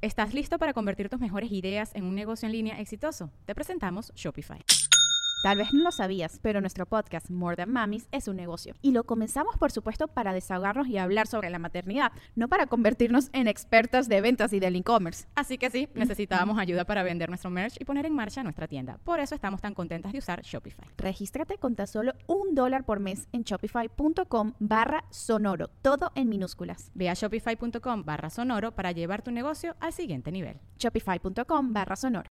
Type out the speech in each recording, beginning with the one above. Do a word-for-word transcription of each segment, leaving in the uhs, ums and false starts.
¿Estás listo para convertir tus mejores ideas en un negocio en línea exitoso? Te presentamos Shopify. Tal vez no lo sabías, pero nuestro podcast More Than Mamis es un negocio. Y lo comenzamos, por supuesto, para desahogarnos y hablar sobre la maternidad, no para convertirnos en expertas de ventas y del e-commerce. Así que sí, necesitábamos ayuda para vender nuestro merch y poner en marcha nuestra tienda. Por eso estamos tan contentas de usar Shopify. Regístrate con tan solo un dólar por mes en shopify.com barra sonoro, todo en minúsculas. Ve a shopify.com barra sonoro para llevar tu negocio al siguiente nivel. Shopify.com barra sonoro.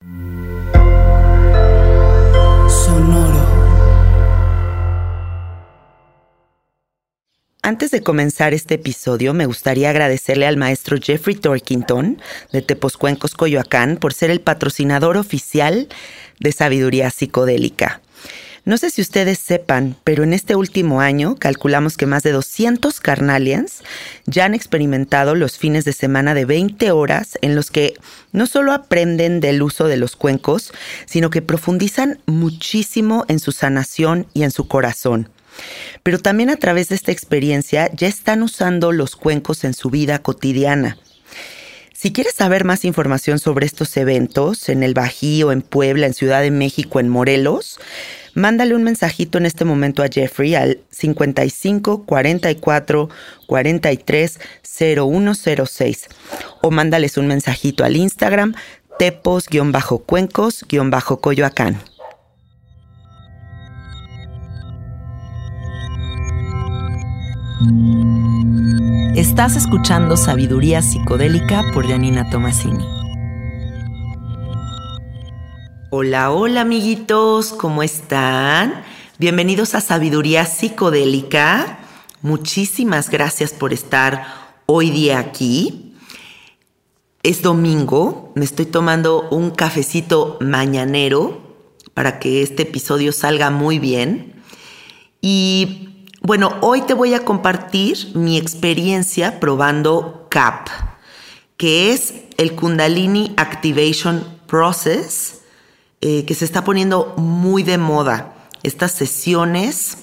Sonoro. Antes de comenzar este episodio, me gustaría agradecerle al maestro Jeffrey Torkington de Tepozcuencos, Coyoacán, por ser el patrocinador oficial de Sabiduría Psicodélica. No sé si ustedes sepan, pero en este último año calculamos que más de doscientos carnalians ya han experimentado los fines de semana de veinte horas en los que no solo aprenden del uso de los cuencos, sino que profundizan muchísimo en su sanación y en su corazón. Pero también a través de esta experiencia ya están usando los cuencos en su vida cotidiana. Si quieres saber más información sobre estos eventos en el Bajío, en Puebla, en Ciudad de México, en Morelos, mándale un mensajito en este momento a Jeffrey al cincuenta y cinco, cuarenta y cuatro, cuarenta y tres, cero uno cero seis o mándales un mensajito al Instagram tepos-cuencos-coyoacán. Estás escuchando Sabiduría Psicodélica por Janina Tomasini. Hola, hola amiguitos, ¿cómo están? Bienvenidos a Sabiduría Psicodélica. Muchísimas gracias por estar hoy día aquí. Es domingo, me estoy tomando un cafecito mañanero para que este episodio salga muy bien. Y bueno, hoy te voy a compartir mi experiencia probando C A P, que es el Kundalini Activation Process, eh, que se está poniendo muy de moda. Estas sesiones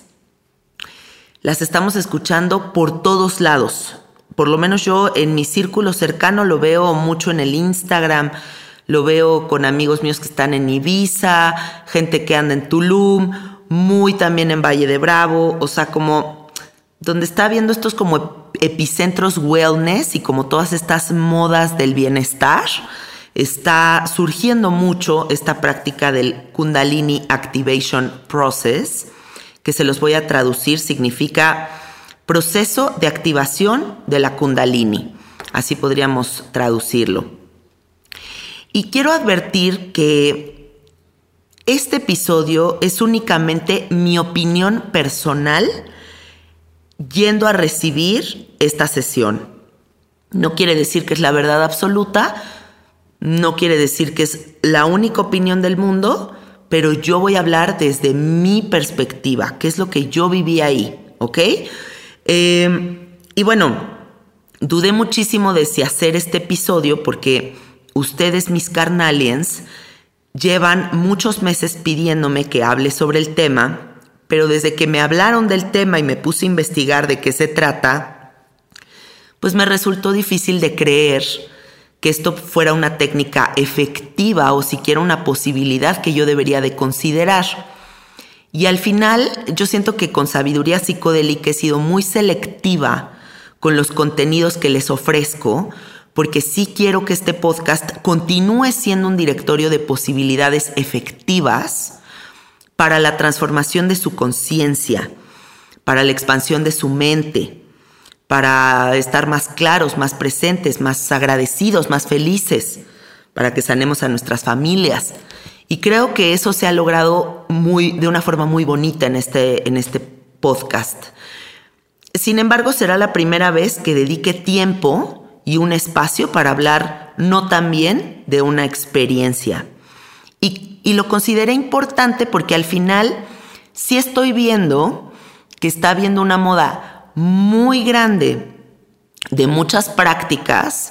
las estamos escuchando por todos lados. Por lo menos yo en mi círculo cercano lo veo mucho en el Instagram, lo veo con amigos míos que están en Ibiza, gente que anda en Tulum, muy también en Valle de Bravo, o sea, como donde está habiendo estos como epicentros wellness y como todas estas modas del bienestar, está surgiendo mucho esta práctica del Kundalini Activation Process, que se los voy a traducir, significa proceso de activación de la Kundalini. Así podríamos traducirlo. Y quiero advertir que este episodio es únicamente mi opinión personal yendo a recibir esta sesión. No quiere decir que es la verdad absoluta, no quiere decir que es la única opinión del mundo, pero yo voy a hablar desde mi perspectiva, que es lo que yo viví ahí, ¿ok? Eh, y bueno, dudé muchísimo de si hacer este episodio porque ustedes, mis carnalians, llevan muchos meses pidiéndome que hable sobre el tema, pero desde que me hablaron del tema y me puse a investigar de qué se trata, pues me resultó difícil de creer que esto fuera una técnica efectiva o siquiera una posibilidad que yo debería de considerar. Y al final yo siento que con Sabiduría Psicodélica he sido muy selectiva con los contenidos que les ofrezco, porque sí quiero que este podcast continúe siendo un directorio de posibilidades efectivas para la transformación de su conciencia, para la expansión de su mente, para estar más claros, más presentes, más agradecidos, más felices, para que sanemos a nuestras familias. Y creo que eso se ha logrado muy, de una forma muy bonita en este, en este podcast. Sin embargo, será la primera vez que dedique tiempo y un espacio para hablar no tan bien de una experiencia. Y, y lo consideré importante porque al final sí estoy viendo que está habiendo una moda muy grande de muchas prácticas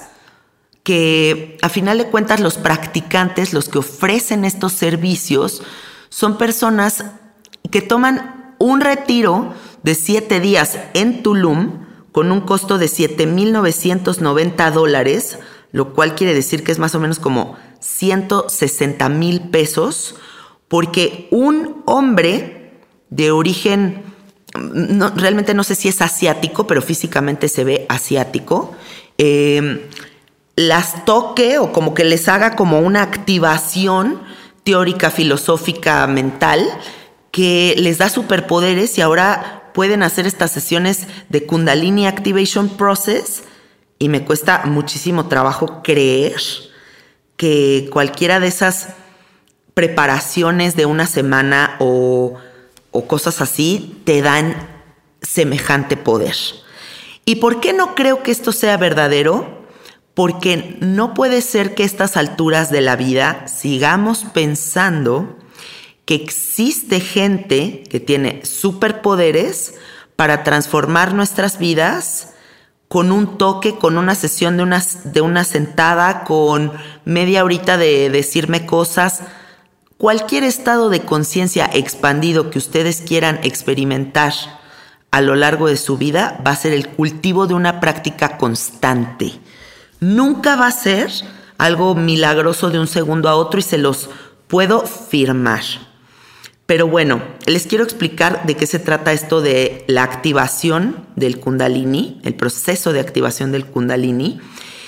que a final de cuentas los practicantes, los que ofrecen estos servicios, son personas que toman un retiro de siete días en Tulum con un costo de siete mil novecientos noventa dólares, lo cual quiere decir que es más o menos como ciento sesenta mil pesos, porque un hombre de origen, no, realmente no sé si es asiático, pero físicamente se ve asiático, eh, las toque o como que les haga como una activación teórica, filosófica, mental, que les da superpoderes y ahora pueden hacer estas sesiones de Kundalini Activation Process, y me cuesta muchísimo trabajo creer que cualquiera de esas preparaciones de una semana o, o cosas así te dan semejante poder. ¿Y por qué no creo que esto sea verdadero? Porque no puede ser que a estas alturas de la vida sigamos pensando que existe gente que tiene superpoderes para transformar nuestras vidas con un toque, con una sesión de una, de una sentada, con media horita de decirme cosas. Cualquier estado de conciencia expandido que ustedes quieran experimentar a lo largo de su vida va a ser el cultivo de una práctica constante. Nunca va a ser algo milagroso de un segundo a otro y se los puedo firmar. Pero bueno, les quiero explicar de qué se trata esto de la activación del Kundalini, el proceso de activación del Kundalini.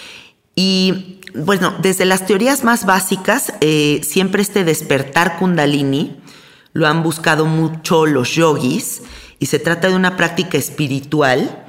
Y bueno, desde las teorías más básicas, eh, siempre este despertar Kundalini lo han buscado mucho los yogis y se trata de una práctica espiritual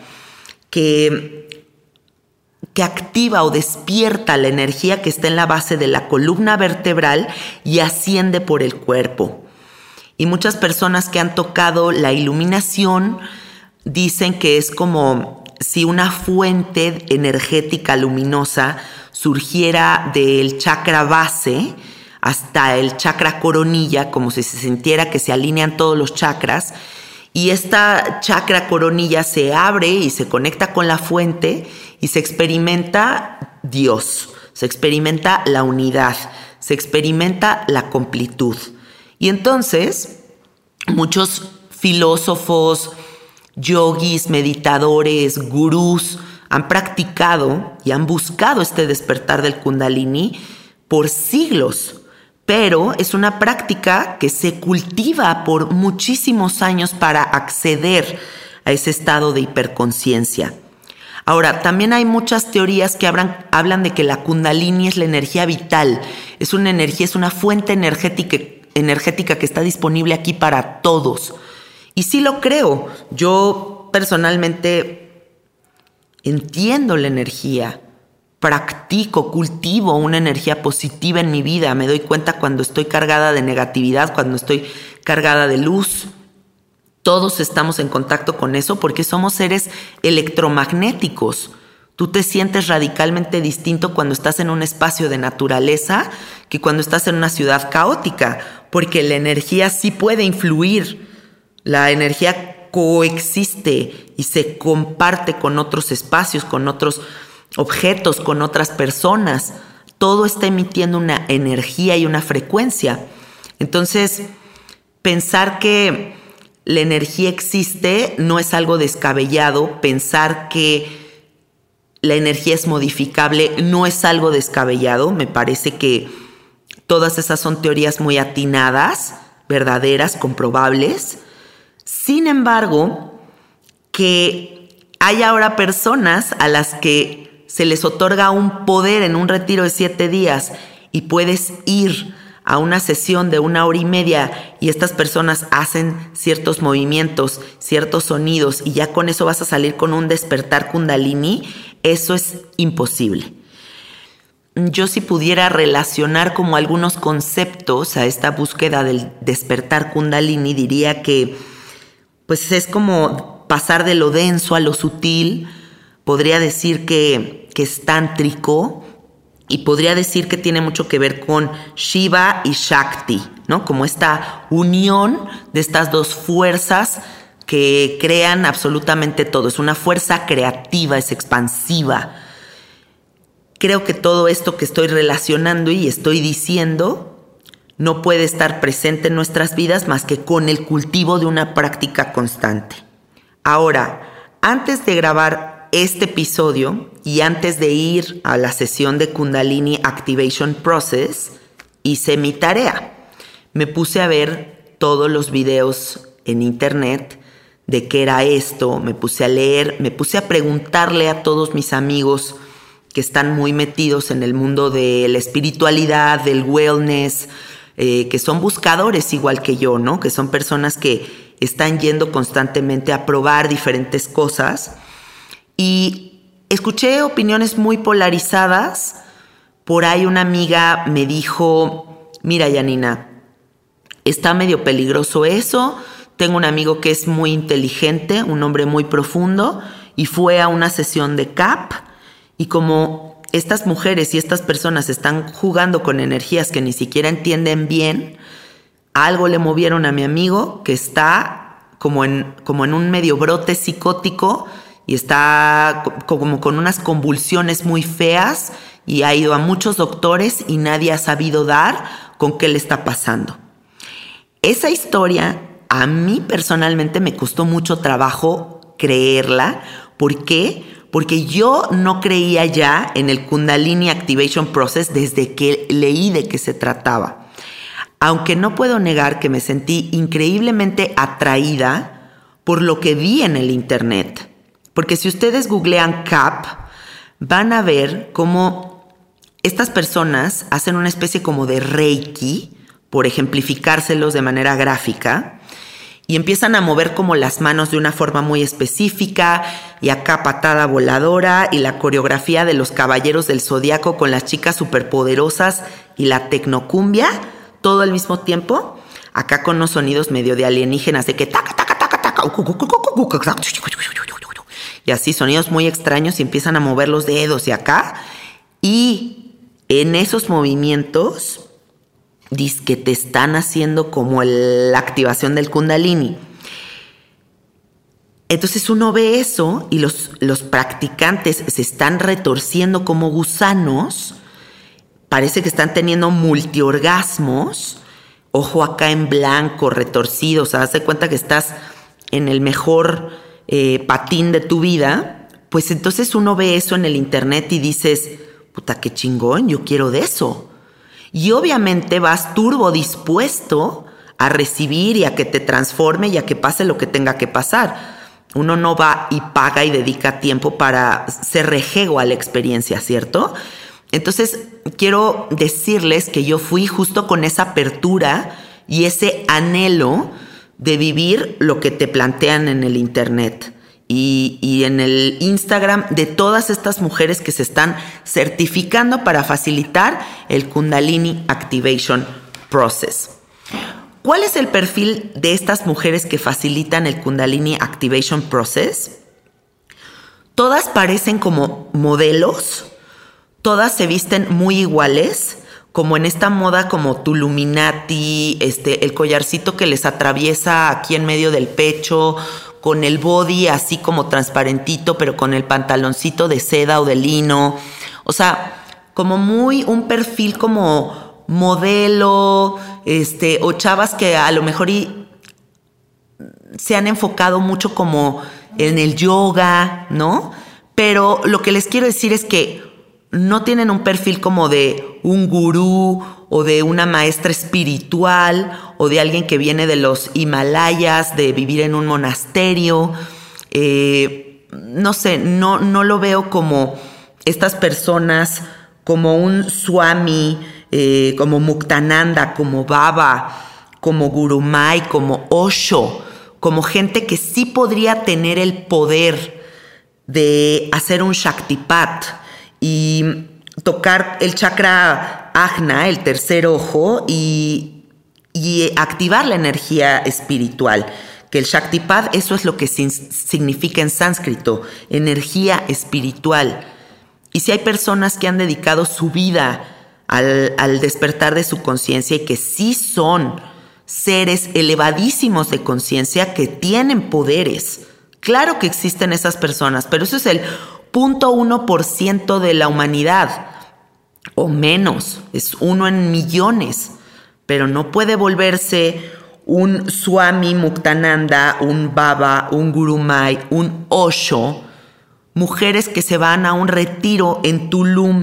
que, que activa o despierta la energía que está en la base de la columna vertebral y asciende por el cuerpo. Y muchas personas que han tocado la iluminación dicen que es como si una fuente energética luminosa surgiera del chakra base hasta el chakra coronilla, como si se sintiera que se alinean todos los chakras. Y esta chakra coronilla se abre y se conecta con la fuente y se experimenta Dios, se experimenta la unidad, se experimenta la completud. Y entonces, muchos filósofos, yogis, meditadores, gurús han practicado y han buscado este despertar del Kundalini por siglos, pero es una práctica que se cultiva por muchísimos años para acceder a ese estado de hiperconciencia. Ahora, también hay muchas teorías que hablan, hablan de que la Kundalini es la energía vital, es una energía, es una fuente energética energética que está disponible aquí para todos. Y sí lo creo. Yo personalmente entiendo la energía, practico, cultivo una energía positiva en mi vida. Me doy cuenta cuando estoy cargada de negatividad, cuando estoy cargada de luz. Todos estamos en contacto con eso porque somos seres electromagnéticos. Tú te sientes radicalmente distinto cuando estás en un espacio de naturaleza que cuando estás en una ciudad caótica, porque la energía sí puede influir. La energía coexiste y se comparte con otros espacios, con otros objetos, con otras personas. Todo está emitiendo una energía y una frecuencia. Entonces, pensar que la energía existe no es algo descabellado. Pensar que la energía es modificable no es algo descabellado. Me parece que todas esas son teorías muy atinadas, verdaderas, comprobables. Sin embargo, que hay ahora personas a las que se les otorga un poder en un retiro de siete días y puedes ir a una sesión de una hora y media y estas personas hacen ciertos movimientos, ciertos sonidos y ya con eso vas a salir con un despertar Kundalini, eso es imposible. Yo si pudiera relacionar como algunos conceptos a esta búsqueda del despertar Kundalini, diría que pues es como pasar de lo denso a lo sutil. Podría decir que, que es tántrico y podría decir que tiene mucho que ver con Shiva y Shakti, ¿no? Como esta unión de estas dos fuerzas que crean absolutamente todo. Es una fuerza creativa, es expansiva. Creo que todo esto que estoy relacionando y estoy diciendo no puede estar presente en nuestras vidas más que con el cultivo de una práctica constante. Ahora, antes de grabar este episodio y antes de ir a la sesión de Kundalini Activation Process, hice mi tarea. Me puse a ver todos los videos en internet de qué era esto, me puse a leer, me puse a preguntarle a todos mis amigos que están muy metidos en el mundo de la espiritualidad, del wellness, eh, que son buscadores igual que yo, ¿no? Que son personas que están yendo constantemente a probar diferentes cosas. Y escuché opiniones muy polarizadas. Por ahí una amiga me dijo, mira, Janina, está medio peligroso eso. Tengo un amigo que es muy inteligente, un hombre muy profundo, y fue a una sesión de C A P. Y como estas mujeres y estas personas están jugando con energías que ni siquiera entienden bien, algo le movieron a mi amigo que está como en, como en un medio brote psicótico y está como con unas convulsiones muy feas y ha ido a muchos doctores y nadie ha sabido dar con qué le está pasando. Esa historia a mí personalmente me costó mucho trabajo creerla. ¿Por qué? Porque yo no creía ya en el Kundalini Activation Process desde que leí de qué se trataba. Aunque no puedo negar que me sentí increíblemente atraída por lo que vi en el internet. Porque si ustedes googlean C A P, van a ver cómo estas personas hacen una especie como de Reiki, por ejemplificárselos de manera gráfica, y empiezan a mover como las manos de una forma muy específica, y acá patada voladora, y la coreografía de los caballeros del zodiaco con las chicas superpoderosas y la tecnocumbia, todo al mismo tiempo, acá con unos sonidos medio de alienígenas, de que taca, taca, taca, taca, y así sonidos muy extraños, y empiezan a mover los dedos y acá, y en esos movimientos dice que te están haciendo como el, la activación del Kundalini. Entonces uno ve eso y los, los practicantes se están retorciendo como gusanos. Parece que están teniendo multiorgasmos. Ojo acá en blanco, retorcido. O sea, haz de cuenta que estás en el mejor eh, patín de tu vida. Pues entonces uno ve eso en el internet y dices, puta, qué chingón, yo quiero de eso. Y obviamente vas turbo dispuesto a recibir y a que te transforme y a que pase lo que tenga que pasar. Uno no va y paga y dedica tiempo para ser rejego a la experiencia, ¿cierto? Entonces, quiero decirles que yo fui justo con esa apertura y ese anhelo de vivir lo que te plantean en el internet. Y, y en el Instagram de todas estas mujeres que se están certificando para facilitar el Kundalini Activation Process. ¿Cuál es el perfil de estas mujeres que facilitan el Kundalini Activation Process? Todas parecen como modelos, todas se visten muy iguales, como en esta moda como Tuluminati, este, el collarcito que les atraviesa aquí en medio del pecho, con el body así como transparentito, pero con el pantaloncito de seda o de lino. O sea, como muy un perfil como modelo, este, o chavas que a lo mejor y se han enfocado mucho como en el yoga, ¿no? Pero lo que les quiero decir es que no tienen un perfil como de un gurú o de una maestra espiritual o de alguien que viene de los Himalayas, de vivir en un monasterio. Eh, no sé, no, no lo veo como estas personas, como un Swami, eh, como Muktananda, como Baba, como Gurumai, como Osho, como gente que sí podría tener el poder de hacer un Shaktipat y tocar el chakra Ajna, el tercer ojo, y, y activar la energía espiritual. Que el Shaktipat, eso es lo que sin, significa en sánscrito, energía espiritual. Y si hay personas que han dedicado su vida al, al despertar de su conciencia y que sí son seres elevadísimos de conciencia que tienen poderes. Claro que existen esas personas, pero eso es el cero punto uno por ciento de la humanidad, o menos, es uno en millones, pero no puede volverse un Swami Muktananda, un Baba, un Gurumai, un Osho, mujeres que se van a un retiro en Tulum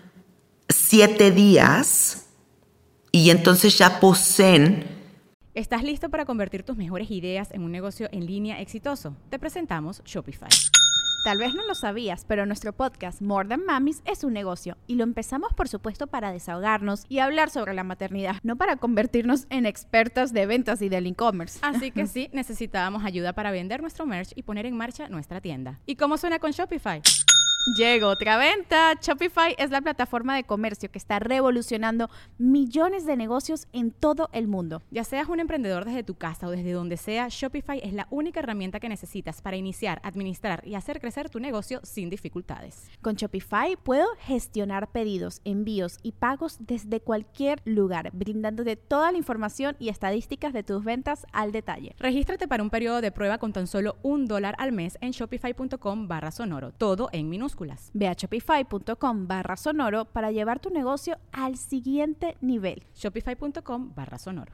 siete días y entonces ya poseen. ¿Estás listo para convertir tus mejores ideas en un negocio en línea exitoso? Te presentamos Shopify. Tal vez no lo sabías, pero nuestro podcast More Than Mamis es un negocio y lo empezamos por supuesto para desahogarnos y hablar sobre la maternidad, no para convertirnos en expertas de ventas y del e-commerce. Así que sí, necesitábamos ayuda para vender nuestro merch y poner en marcha nuestra tienda. ¿Y cómo suena con Shopify? Llegó otra venta. Shopify es la plataforma de comercio que está revolucionando millones de negocios en todo el mundo. Ya seas un emprendedor desde tu casa o desde donde sea, Shopify es la única herramienta que necesitas para iniciar, administrar y hacer crecer tu negocio sin dificultades. Con Shopify puedo gestionar pedidos, envíos y pagos desde cualquier lugar, brindándote toda la información y estadísticas de tus ventas al detalle. Regístrate para un periodo de prueba con tan solo un dólar al mes en shopify.com barra sonoro, todo en minúsculas. Ve a shopify.com barra sonoro para llevar tu negocio al siguiente nivel. Shopify.com barra sonoro.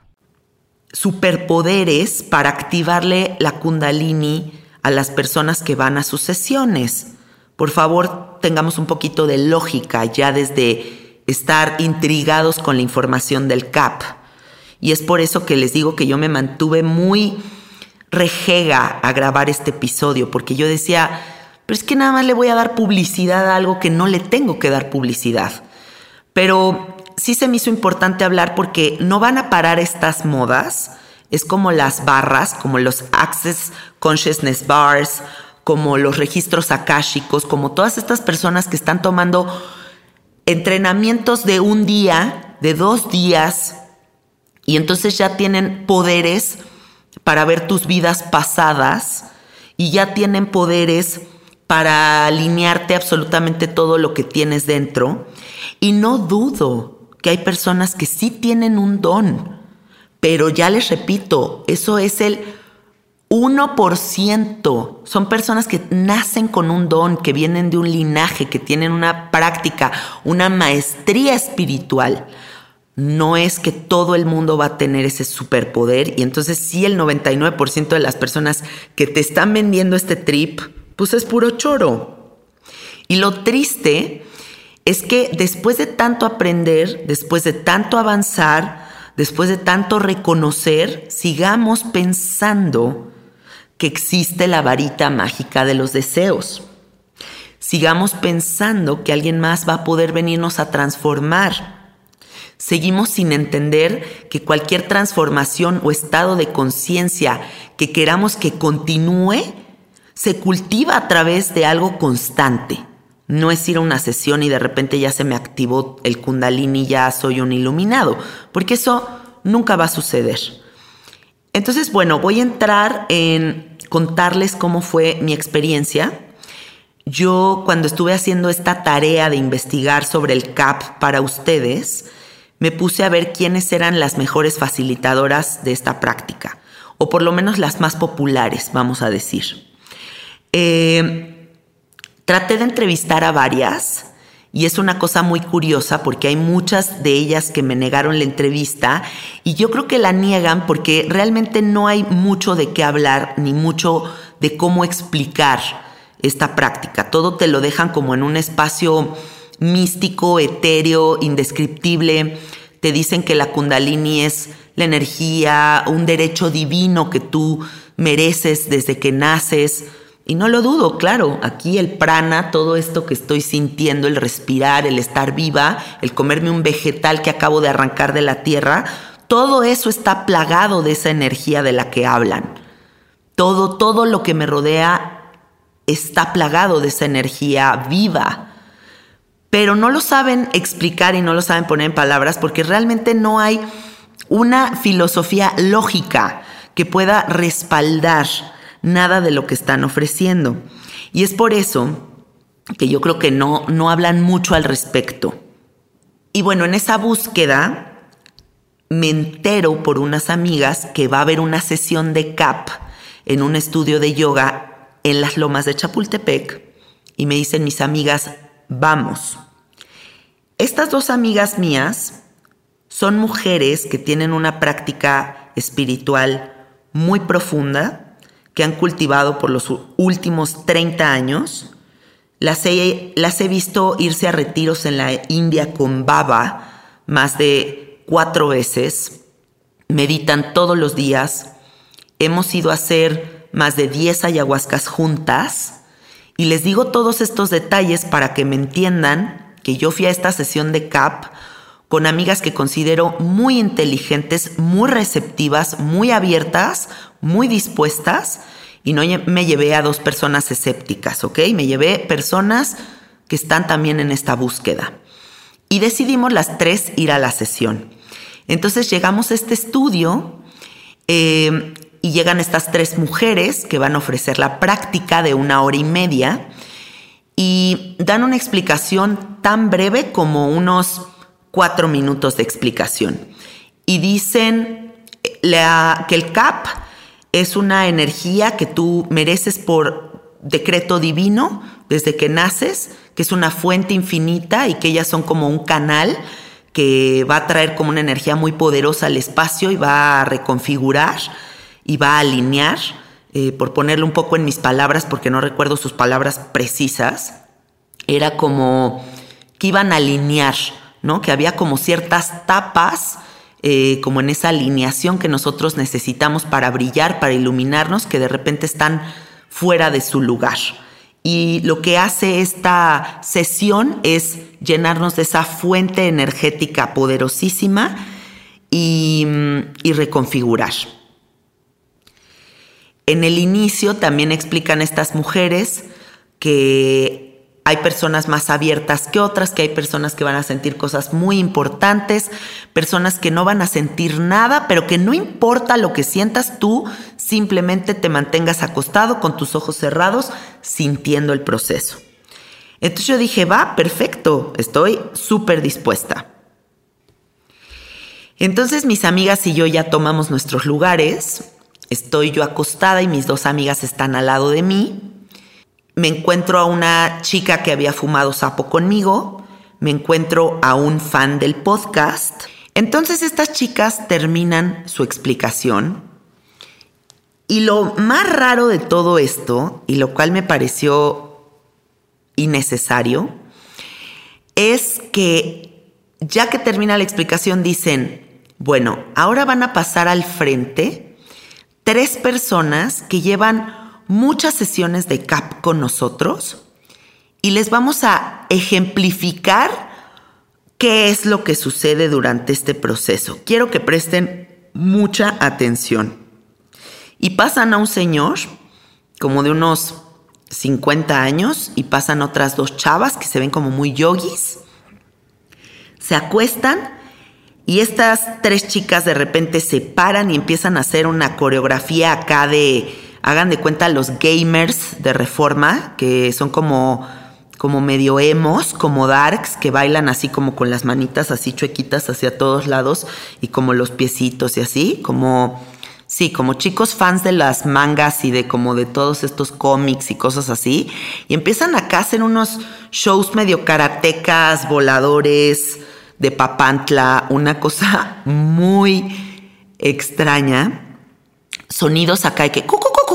Superpoderes para activarle la Kundalini a las personas que van a sus sesiones. Por favor, tengamos un poquito de lógica ya desde estar intrigados con la información del C A P. Y es por eso que les digo que yo me mantuve muy rejega a grabar este episodio, porque yo decía, pero es que nada más le voy a dar publicidad a algo que no le tengo que dar publicidad. Pero sí se me hizo importante hablar porque no van a parar estas modas. Es como las barras, como los Access Consciousness Bars, como los registros akáshicos, como todas estas personas que están tomando entrenamientos de un día, de dos días, y entonces ya tienen poderes para ver tus vidas pasadas y ya tienen poderes para alinearte absolutamente todo lo que tienes dentro. Y no dudo que hay personas que sí tienen un don, pero ya les repito, eso es el uno por ciento. Son personas que nacen con un don, que vienen de un linaje, que tienen una práctica, una maestría espiritual. No es que todo el mundo va a tener ese superpoder, y entonces sí, el noventa y nueve por ciento de las personas que te están vendiendo este trip, pues es puro choro. Y lo triste es que después de tanto aprender, después de tanto avanzar, después de tanto reconocer, sigamos pensando que existe la varita mágica de los deseos. Sigamos pensando que alguien más va a poder venirnos a transformar. Seguimos sin entender que cualquier transformación o estado de conciencia que queramos que continúe se cultiva a través de algo constante. No es ir a una sesión y de repente ya se me activó el Kundalini y ya soy un iluminado, porque eso nunca va a suceder. Entonces, bueno, voy a entrar en contarles cómo fue mi experiencia. Yo, cuando estuve haciendo esta tarea de investigar sobre el C A P para ustedes, me puse a ver quiénes eran las mejores facilitadoras de esta práctica, o por lo menos las más populares, vamos a decir. Eh, traté de entrevistar a varias y es una cosa muy curiosa porque hay muchas de ellas que me negaron la entrevista y yo creo que la niegan porque realmente no hay mucho de qué hablar ni mucho de cómo explicar esta práctica. Todo te lo dejan como en un espacio místico, etéreo, indescriptible. Te dicen que la Kundalini es la energía, un derecho divino que tú mereces desde que naces. Y no lo dudo, claro, aquí el prana, todo esto que estoy sintiendo, el respirar, el estar viva, el comerme un vegetal que acabo de arrancar de la tierra, todo eso está plagado de esa energía de la que hablan. Todo, todo lo que me rodea está plagado de esa energía viva. Pero no lo saben explicar y no lo saben poner en palabras porque realmente no hay una filosofía lógica que pueda respaldar nada de lo que están ofreciendo. Y es por eso que yo creo que no, no hablan mucho al respecto. Y bueno, en esa búsqueda me entero por unas amigas que va a haber una sesión de C A P en un estudio de yoga en las Lomas de Chapultepec. Y me dicen mis amigas, vamos. Estas dos amigas mías son mujeres que tienen una práctica espiritual muy profunda, que han cultivado por los últimos treinta años, Las he, las he visto irse a retiros en la India con Baba más de cuatro veces. Meditan todos los días. Hemos ido a hacer más de diez ayahuascas juntas. Y les digo todos estos detalles para que me entiendan que yo fui a esta sesión de C A P con amigas que considero muy inteligentes, muy receptivas, muy abiertas, muy dispuestas. Y no me llevé a dos personas escépticas, ¿ok? Me llevé personas que están también en esta búsqueda. Y decidimos las tres ir a la sesión. Entonces llegamos a este estudio eh, y llegan estas tres mujeres que van a ofrecer la práctica de una hora y media y dan una explicación tan breve como unos cuatro minutos de explicación. Y dicen la, que el C A P es una energía que tú mereces por decreto divino desde que naces, que es una fuente infinita y que ellas son como un canal que va a traer como una energía muy poderosa al espacio y va a reconfigurar y va a alinear, eh, por ponerlo un poco en mis palabras, porque no recuerdo sus palabras precisas, era como que iban a alinear, ¿no? Que había como ciertas tapas, Eh, como en esa alineación que nosotros necesitamos para brillar, para iluminarnos, que de repente están fuera de su lugar. Y lo que hace esta sesión es llenarnos de esa fuente energética poderosísima y, y reconfigurar. En el inicio también explican estas mujeres que hay personas más abiertas que otras, que hay personas que van a sentir cosas muy importantes, personas que no van a sentir nada, pero que no importa lo que sientas tú, simplemente te mantengas acostado con tus ojos cerrados, sintiendo el proceso. Entonces yo dije, va, perfecto, estoy súper dispuesta. Entonces mis amigas y yo ya tomamos nuestros lugares, estoy yo acostada y mis dos amigas están al lado de mí. Me encuentro a una chica que había fumado sapo conmigo, me encuentro a un fan del podcast. Entonces estas chicas terminan su explicación y lo más raro de todo esto, y lo cual me pareció innecesario, es que ya que termina la explicación dicen, bueno, ahora van a pasar al frente tres personas que llevan muchas sesiones de C A P con nosotros y les vamos a ejemplificar qué es lo que sucede durante este proceso. Quiero que presten mucha atención. Y pasan a un señor como de unos cincuenta años y pasan otras dos chavas que se ven como muy yogis. Se acuestan y estas tres chicas de repente se paran y empiezan a hacer una coreografía acá de... Hagan de cuenta los gamers de Reforma, que son como, como medio emos, como darks, que bailan así como con las manitas así chuequitas hacia todos lados y como los piecitos y así, como, sí, como chicos fans de las mangas y de como de todos estos cómics y cosas así. Y empiezan acá a hacer unos shows medio karatecas, voladores, de Papantla, una cosa muy extraña. Sonidos acá de que...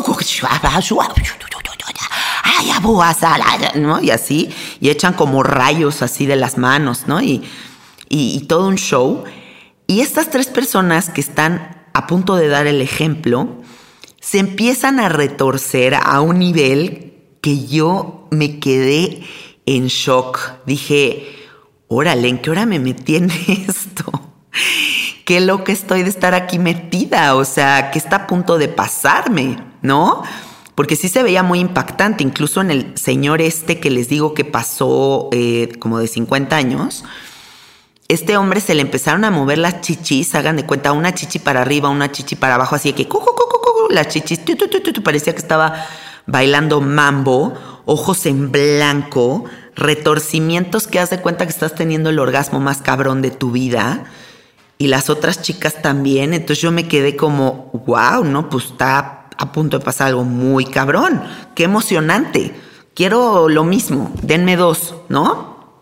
¿no? Y así, y echan como rayos así de las manos, ¿no? Y, y, y todo un show. Y estas tres personas que están a punto de dar el ejemplo, se empiezan a retorcer a un nivel que yo me quedé en shock. Dije, órale, ¿en qué hora me metí en esto? Qué loca estoy de estar aquí metida, o sea, ¿qué está a punto de pasarme, no? Porque sí se veía muy impactante, incluso en el señor este que les digo que pasó eh, como de cincuenta años, este hombre se le empezaron a mover las chichis, hagan de cuenta, una chichi para arriba, una chichi para abajo, así de que cu, cu, cu, cu, las chichis, tu, tu, tu, tu, tu, parecía que estaba bailando mambo, ojos en blanco, retorcimientos que haz de cuenta que estás teniendo el orgasmo más cabrón de tu vida. Y las otras chicas también. Entonces yo me quedé como, wow, ¿no? Pues está a punto de pasar algo muy cabrón. Qué emocionante. Quiero lo mismo. Denme dos, ¿no?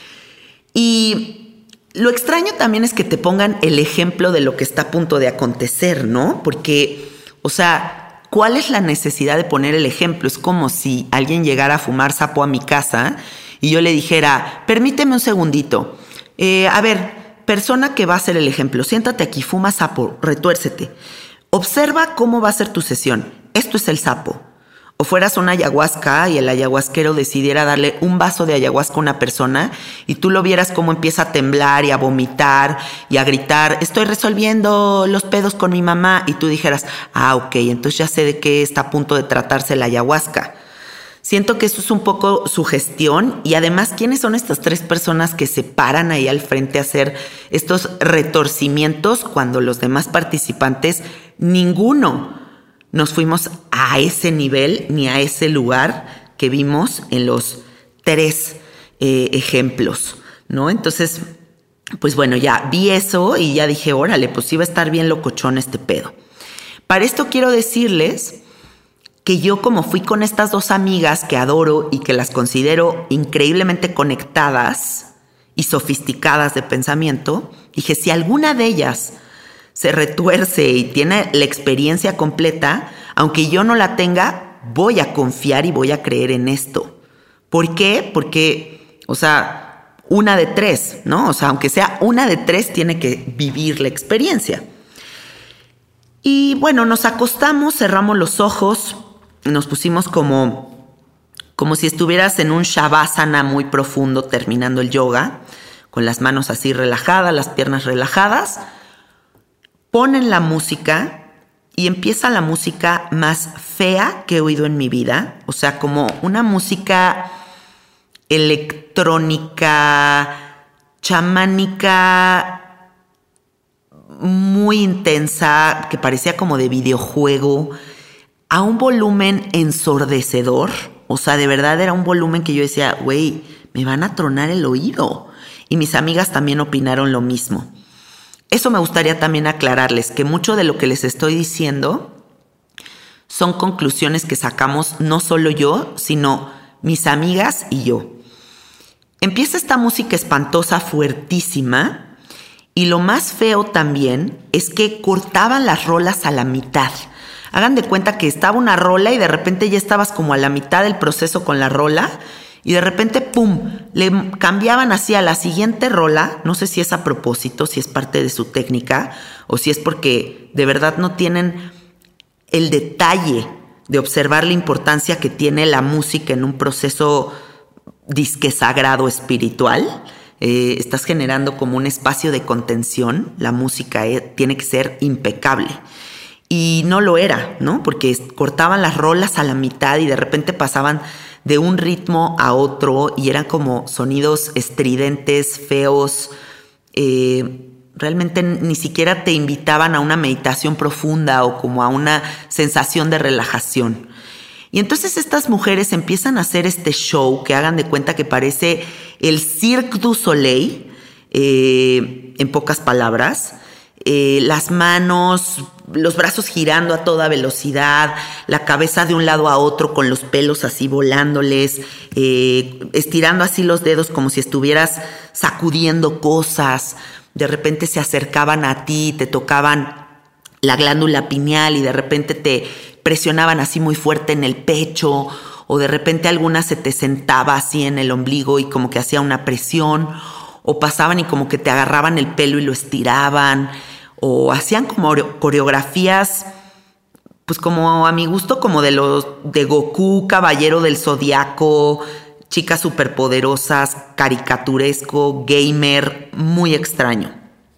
Y lo extraño también es que te pongan el ejemplo de lo que está a punto de acontecer, ¿no? Porque, o sea, ¿cuál es la necesidad de poner el ejemplo? Es como si alguien llegara a fumar sapo a mi casa y yo le dijera, permíteme un segundito. Eh, a ver, persona que va a hacer el ejemplo, siéntate aquí, fuma sapo, retuércete. Observa cómo va a ser tu sesión. Esto es el sapo. O fueras una ayahuasca y el ayahuasquero decidiera darle un vaso de ayahuasca a una persona y tú lo vieras cómo empieza a temblar y a vomitar y a gritar, estoy resolviendo los pedos con mi mamá, y tú dijeras, ah, ok, entonces ya sé de qué está a punto de tratarse la ayahuasca. Siento que eso es un poco sugestión, y además, ¿quiénes son estas tres personas que se paran ahí al frente a hacer estos retorcimientos cuando los demás participantes, ninguno nos fuimos a ese nivel ni a ese lugar que vimos en los tres eh, ejemplos, ¿no? Entonces, pues bueno, ya vi eso y ya dije, órale, pues iba a estar bien locochón este pedo. Para esto quiero decirles que yo, como fui con estas dos amigas que adoro y que las considero increíblemente conectadas y sofisticadas de pensamiento, dije, si alguna de ellas se retuerce y tiene la experiencia completa, aunque yo no la tenga, voy a confiar y voy a creer en esto. ¿Por qué? Porque, o sea, una de tres, ¿no? O sea, aunque sea una de tres, tiene que vivir la experiencia. Y bueno, nos acostamos, cerramos los ojos, nos pusimos como, como si estuvieras en un shavasana muy profundo terminando el yoga, con las manos así relajadas, las piernas relajadas. Ponen la música y empieza la música más fea que he oído en mi vida. O sea, como una música electrónica, chamánica, muy intensa, que parecía como de videojuego, a un volumen ensordecedor. O sea, de verdad era un volumen que yo decía, güey, me van a tronar el oído. Y mis amigas también opinaron lo mismo. Eso me gustaría también aclararles, que mucho de lo que les estoy diciendo son conclusiones que sacamos no solo yo, sino mis amigas y yo. Empieza esta música espantosa, fuertísima, y lo más feo también es que cortaban las rolas a la mitad. Hagan de cuenta que estaba una rola y de repente ya estabas como a la mitad del proceso con la rola, y de repente, pum, le cambiaban así a la siguiente rola. No sé si es a propósito, si es parte de su técnica, o si es porque de verdad no tienen el detalle de observar la importancia que tiene la música en un proceso disque sagrado espiritual. Eh, estás generando como un espacio de contención. La música eh, tiene que ser impecable. Y no lo era, ¿no? Porque cortaban las rolas a la mitad y de repente pasaban de un ritmo a otro y eran como sonidos estridentes, feos. Eh, realmente ni siquiera te invitaban a una meditación profunda o como a una sensación de relajación. Y entonces estas mujeres empiezan a hacer este show que hagan de cuenta que parece el Cirque du Soleil, eh, en pocas palabras. Eh, las manos, los brazos girando a toda velocidad, la cabeza de un lado a otro con los pelos así volándoles, eh, estirando así los dedos como si estuvieras sacudiendo cosas. De repente se acercaban a ti, te tocaban la glándula pineal y de repente te presionaban así muy fuerte en el pecho, o de repente alguna se te sentaba así en el ombligo y como que hacía una presión, o pasaban y como que te agarraban el pelo y lo estiraban, o hacían como coreografías, pues como a mi gusto, como de los de Goku, Caballero del Zodiaco, chicas superpoderosas, caricaturesco, gamer, muy extraño.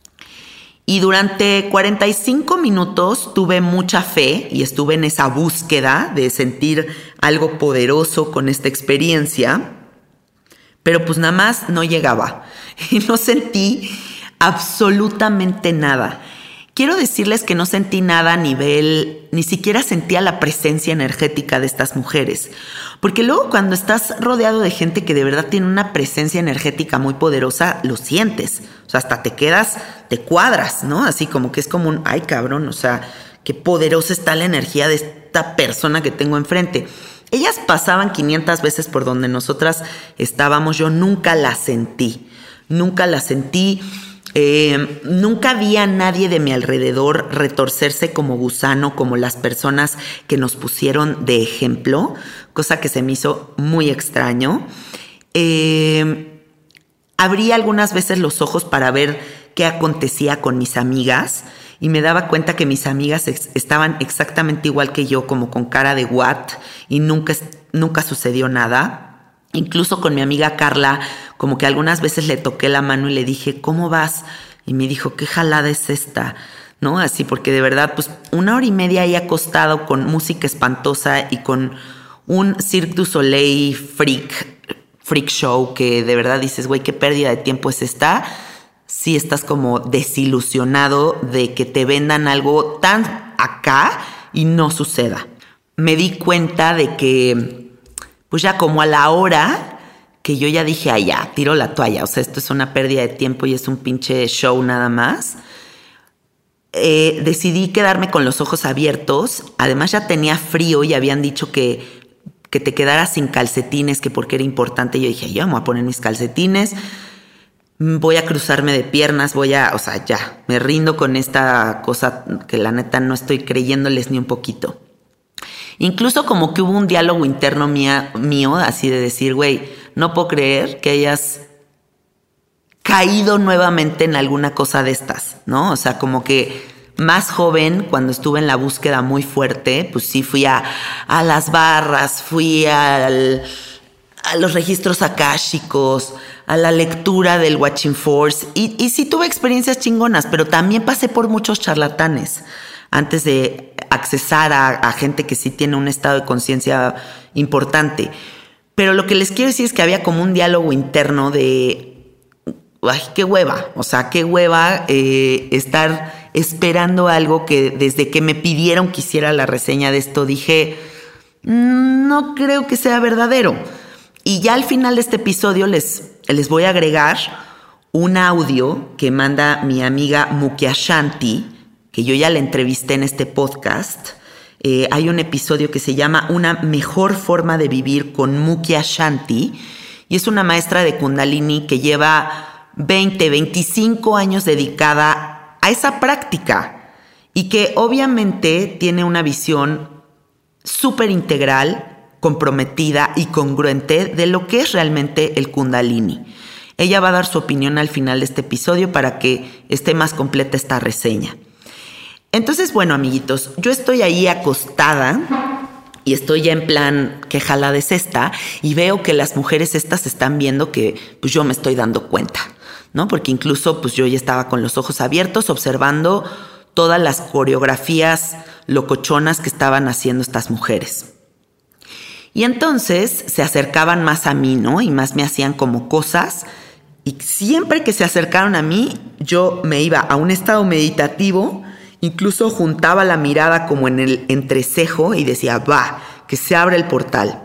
Y durante cuarenta y cinco minutos tuve mucha fe y estuve en esa búsqueda de sentir algo poderoso con esta experiencia, pero pues nada más no llegaba y no sentí absolutamente nada. Quiero decirles que no sentí nada a nivel, ni siquiera sentía la presencia energética de estas mujeres. Porque luego cuando estás rodeado de gente que de verdad tiene una presencia energética muy poderosa, lo sientes. O sea, hasta te quedas, te cuadras, ¿no? Así como que es como un, ay cabrón, o sea, qué poderosa está la energía de esta persona que tengo enfrente. Ellas pasaban quinientas veces por donde nosotras estábamos, yo nunca la sentí. Nunca la sentí. Eh, nunca vi a nadie de mi alrededor retorcerse como gusano, como las personas que nos pusieron de ejemplo, cosa que se me hizo muy extraño. Eh, abrí algunas veces los ojos para ver qué acontecía con mis amigas y me daba cuenta que mis amigas ex- estaban exactamente igual que yo, como con cara de what, y nunca, nunca sucedió nada. Incluso con mi amiga Carla, como que algunas veces le toqué la mano y le dije, ¿cómo vas? Y me dijo, ¿qué jalada es esta? ¿No? Así, porque de verdad, pues una hora y media ahí acostado con música espantosa y con un Cirque du Soleil freak, freak show que de verdad dices, güey, qué pérdida de tiempo es esta. Sí estás como desilusionado de que te vendan algo tan acá y no suceda. Me di cuenta de que pues ya como a la hora que yo ya dije, ay, ya, tiro la toalla, o sea, esto es una pérdida de tiempo y es un pinche show nada más, eh, decidí quedarme con los ojos abiertos. Además ya tenía frío y habían dicho que, que te quedaras sin calcetines, que porque era importante. Yo dije, yo me voy a poner mis calcetines, voy a cruzarme de piernas, voy a, o sea, ya, me rindo con esta cosa que la neta no estoy creyéndoles ni un poquito. Incluso como que hubo un diálogo interno mía, mío, así de decir, güey, no puedo creer que hayas caído nuevamente en alguna cosa de estas, ¿no? O sea, como que más joven, cuando estuve en la búsqueda muy fuerte, pues sí fui a, a las barras, fui al, a los registros akáshicos, a la lectura del Watching Force, y, y sí tuve experiencias chingonas, pero también pasé por muchos charlatanes antes de accesar a, a gente que sí tiene un estado de conciencia importante. Pero lo que les quiero decir es que había como un diálogo interno de, ay, qué hueva, o sea, qué hueva eh, estar esperando algo que desde que me pidieron que hiciera la reseña de esto dije, no creo que sea verdadero. Y ya al final de este episodio les, les voy a agregar un audio que manda mi amiga Mukia Shanti, que yo ya la entrevisté en este podcast. Eh, hay un episodio que se llama Una mejor forma de vivir con Mukia Shanti, y es una maestra de Kundalini que lleva veinte, veinticinco años dedicada a esa práctica y que obviamente tiene una visión súper integral, comprometida y congruente de lo que es realmente el Kundalini. Ella va a dar su opinión al final de este episodio para que esté más completa esta reseña. Entonces, bueno, amiguitos, yo estoy ahí acostada y estoy ya en plan, ¿qué jalada es esta? Y veo que las mujeres estas están viendo que pues yo me estoy dando cuenta, ¿no? Porque incluso pues yo ya estaba con los ojos abiertos observando todas las coreografías locochonas que estaban haciendo estas mujeres. Y entonces se acercaban más a mí, ¿no? Y más me hacían como cosas. Y siempre que se acercaron a mí, yo me iba a un estado meditativo. Incluso juntaba la mirada como en el entrecejo y decía, va, que se abre el portal.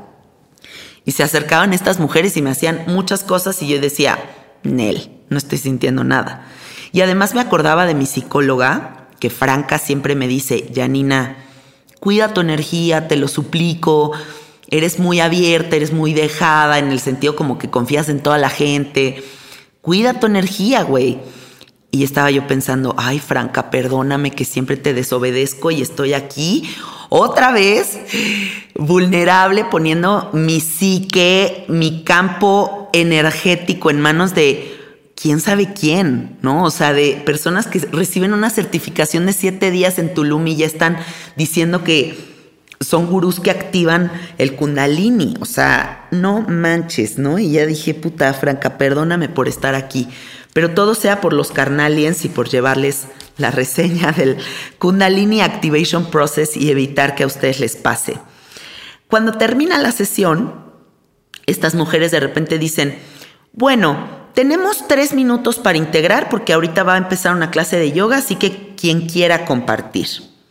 Y se acercaban estas mujeres y me hacían muchas cosas y yo decía, Nel, no estoy sintiendo nada. Y además me acordaba de mi psicóloga, que Franca siempre me dice, Janina, cuida tu energía, te lo suplico, eres muy abierta, eres muy dejada, en el sentido como que confías en toda la gente, cuida tu energía, güey. Y estaba yo pensando, ay, Franca, perdóname que siempre te desobedezco y estoy aquí otra vez vulnerable, poniendo mi psique, mi campo energético en manos de quién sabe quién, ¿no? O sea, de personas que reciben una certificación de siete días en Tulum y ya están diciendo que son gurús que activan el Kundalini. O sea, no manches, ¿no? Y ya dije, puta, Franca, perdóname por estar aquí. Pero todo sea por los carnaliens y por llevarles la reseña del Kundalini Activation Process y evitar que a ustedes les pase. Cuando termina la sesión, estas mujeres de repente dicen, bueno, tenemos tres minutos para integrar porque ahorita va a empezar una clase de yoga, así que quien quiera compartir.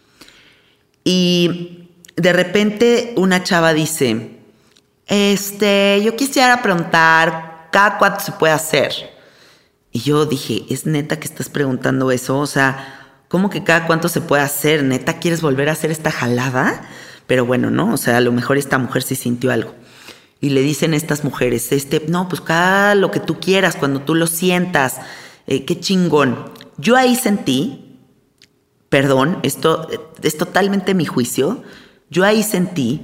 Y de repente una chava dice, este, yo quisiera preguntar, ¿cada cuánto se puede hacer? Y yo dije, ¿es neta que estás preguntando eso? O sea, ¿cómo que cada cuánto se puede hacer? ¿Neta quieres volver a hacer esta jalada? Pero bueno, ¿no? O sea, a lo mejor esta mujer sí sintió algo. Y le dicen estas mujeres, este, no, pues cada lo que tú quieras, cuando tú lo sientas. eh, qué chingón. Yo ahí sentí, perdón, esto es totalmente mi juicio, yo ahí sentí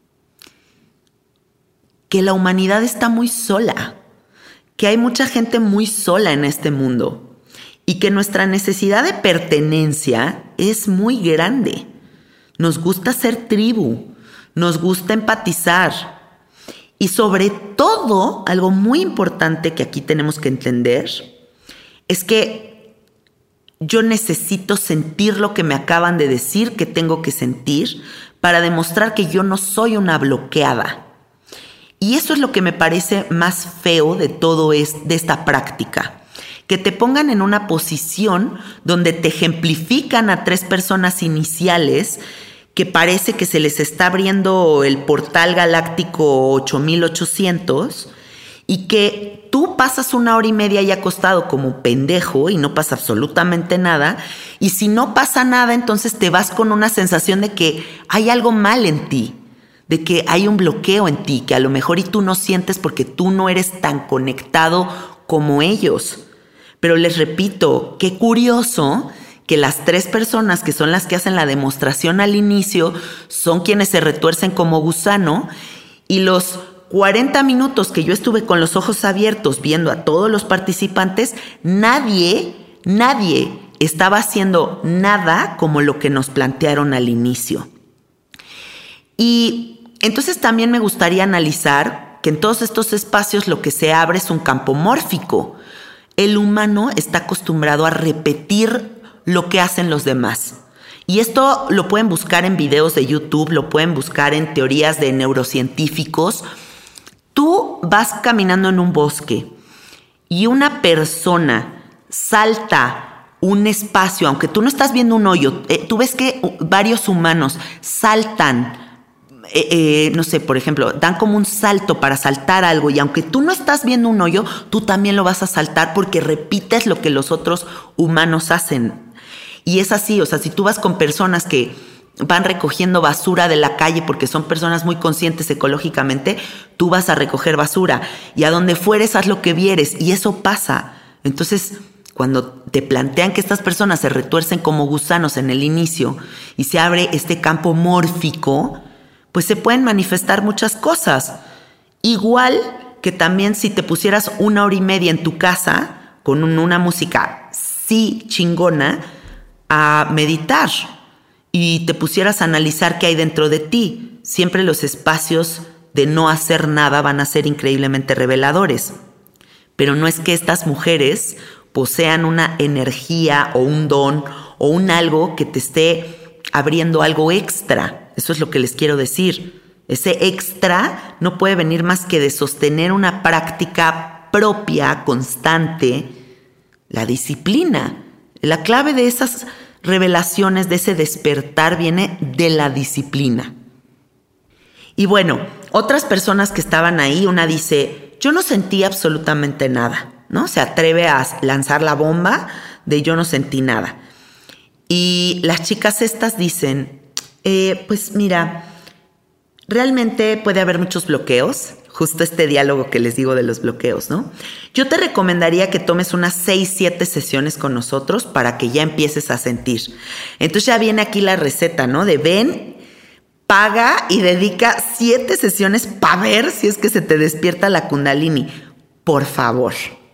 que la humanidad está muy sola, que hay mucha gente muy sola en este mundo y que nuestra necesidad de pertenencia es muy grande. Nos gusta ser tribu, nos gusta empatizar y sobre todo, algo muy importante que aquí tenemos que entender es que yo necesito sentir lo que me acaban de decir que tengo que sentir para demostrar que yo no soy una bloqueada. Y eso es lo que me parece más feo de todo es, de esta práctica. Que te pongan en una posición donde te ejemplifican a tres personas iniciales que parece que se les está abriendo el portal galáctico ocho mil ochocientos y que tú pasas una hora y media ahí acostado como pendejo y no pasa absolutamente nada. Y si no pasa nada, entonces te vas con una sensación de que hay algo mal en ti, de que hay un bloqueo en ti, que a lo mejor y tú no sientes porque tú no eres tan conectado como ellos. Pero les repito, qué curioso que las tres personas que son las que hacen la demostración al inicio son quienes se retuercen como gusano y los cuarenta minutos que yo estuve con los ojos abiertos viendo a todos los participantes, nadie, nadie estaba haciendo nada como lo que nos plantearon al inicio. Y entonces también me gustaría analizar que en todos estos espacios lo que se abre es un campo mórfico. El humano está acostumbrado a repetir lo que hacen los demás. Y esto lo pueden buscar en videos de YouTube, lo pueden buscar en teorías de neurocientíficos. Tú vas caminando en un bosque y una persona salta un espacio, aunque tú no estás viendo un hoyo, eh, tú ves que varios humanos saltan, eh, eh, no sé, por ejemplo, dan como un salto para saltar algo y aunque tú no estás viendo un hoyo, tú también lo vas a saltar porque repites lo que los otros humanos hacen. Y es así, o sea, si tú vas con personas que van recogiendo basura de la calle porque son personas muy conscientes ecológicamente, tú vas a recoger basura y a donde fueres haz lo que vieres y eso pasa. Entonces, cuando te plantean que estas personas se retuercen como gusanos en el inicio y se abre este campo mórfico, pues se pueden manifestar muchas cosas. Igual que también si te pusieras una hora y media en tu casa con una música sí chingona a meditar y te pusieras a analizar qué hay dentro de ti. Siempre los espacios de no hacer nada van a ser increíblemente reveladores. Pero no es que estas mujeres posean una energía o un don o un algo que te esté abriendo algo extra. Eso es lo que les quiero decir. Ese extra no puede venir más que de sostener una práctica propia, constante, la disciplina. La clave de esas revelaciones, de ese despertar, viene de la disciplina. Y bueno, otras personas que estaban ahí, una dice, yo no sentí absolutamente nada, ¿no? Se atreve a lanzar la bomba de yo no sentí nada. Y las chicas estas dicen, eh, pues mira, realmente puede haber muchos bloqueos. Justo este diálogo que les digo de los bloqueos, ¿no? Yo te recomendaría que tomes unas seis, siete sesiones con nosotros para que ya empieces a sentir. Entonces ya viene aquí la receta, ¿no? De ven, paga y dedica siete sesiones para ver si es que se te despierta la Kundalini. Por favor.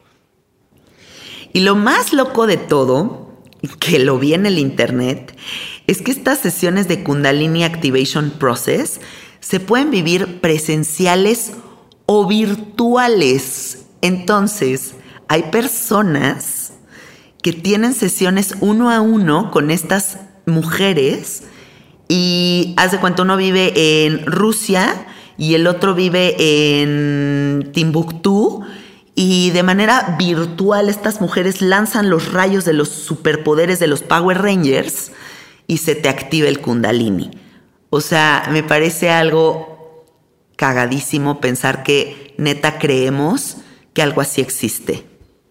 Y lo más loco de todo, que lo vi en el internet, es que estas sesiones de Kundalini Activation Process se pueden vivir presenciales o virtuales. Entonces, hay personas que tienen sesiones uno a uno con estas mujeres y haz de cuenta, uno vive en Rusia y el otro vive en Timbuktu y de manera virtual estas mujeres lanzan los rayos de los superpoderes de los Power Rangers y se te activa el Kundalini. O sea, me parece algo cagadísimo pensar que neta creemos que algo así existe.